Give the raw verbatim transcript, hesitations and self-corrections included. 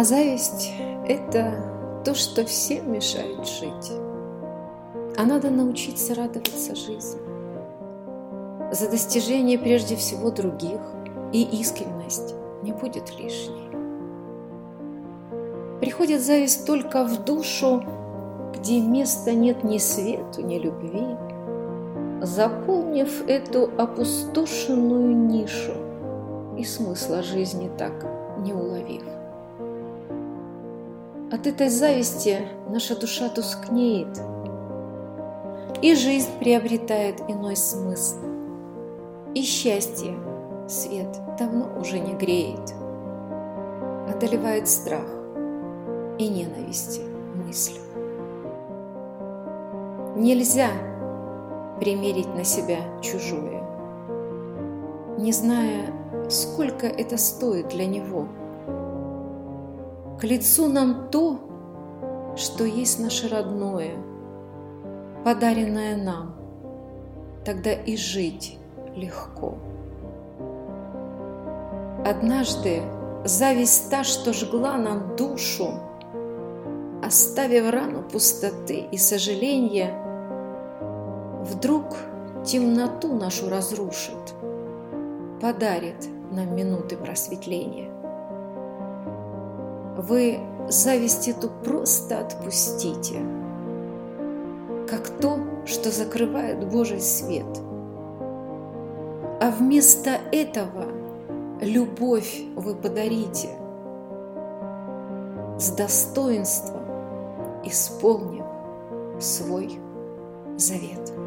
А зависть – это то, что всем мешает жить. А надо научиться радоваться жизни. За достижение прежде всего других, и искренность не будет лишней. Приходит зависть только в душу, где места нет ни свету, ни любви, заполнив эту опустошенную нишу и смысла жизни так не уловив. От этой зависти наша душа тускнеет, и жизнь приобретает иной смысл, и счастье свет давно уже не греет, одолевает страх и ненависти мысль. Нельзя примерить на себя чужое, не зная, сколько это стоит для него. К лицу нам то, что есть наше родное, подаренное нам, тогда и жить легко. Однажды зависть та, что жгла нам душу, оставив рану пустоты и сожаления, вдруг темноту нашу разрушит, подарит нам минуты просветления. Вы зависть эту просто отпустите, как то, что закрывает Божий свет. А вместо этого любовь вы подарите, с достоинством исполнив свой завет.